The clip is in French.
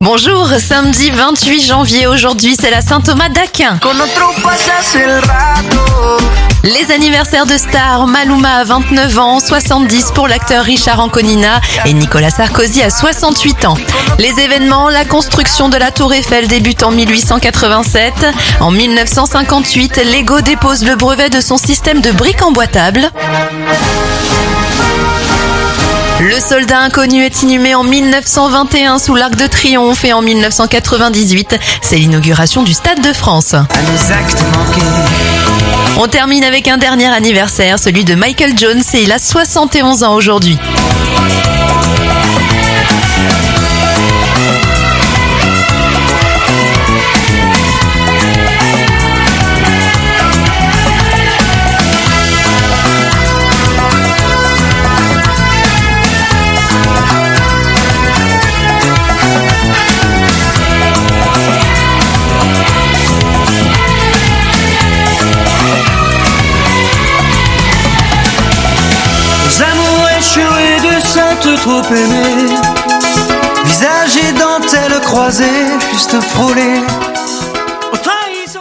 Bonjour, samedi 28 janvier, aujourd'hui c'est la Saint-Thomas d'Aquin. Les anniversaires de stars, Maluma à 29 ans, 70 pour l'acteur Richard Anconina et Nicolas Sarkozy à 68 ans. Les événements, la construction de la Tour Eiffel débute en 1887. En 1958, Lego dépose le brevet de son système de briques emboîtables. Le soldat inconnu est inhumé en 1921 sous l'Arc de Triomphe et en 1998, c'est l'inauguration du Stade de France. On termine avec un dernier anniversaire, celui de Michael Jones, et il a 71 ans aujourd'hui. Amours échoués de saintes trop aimées, visage et dentelle croisée, juste frôlée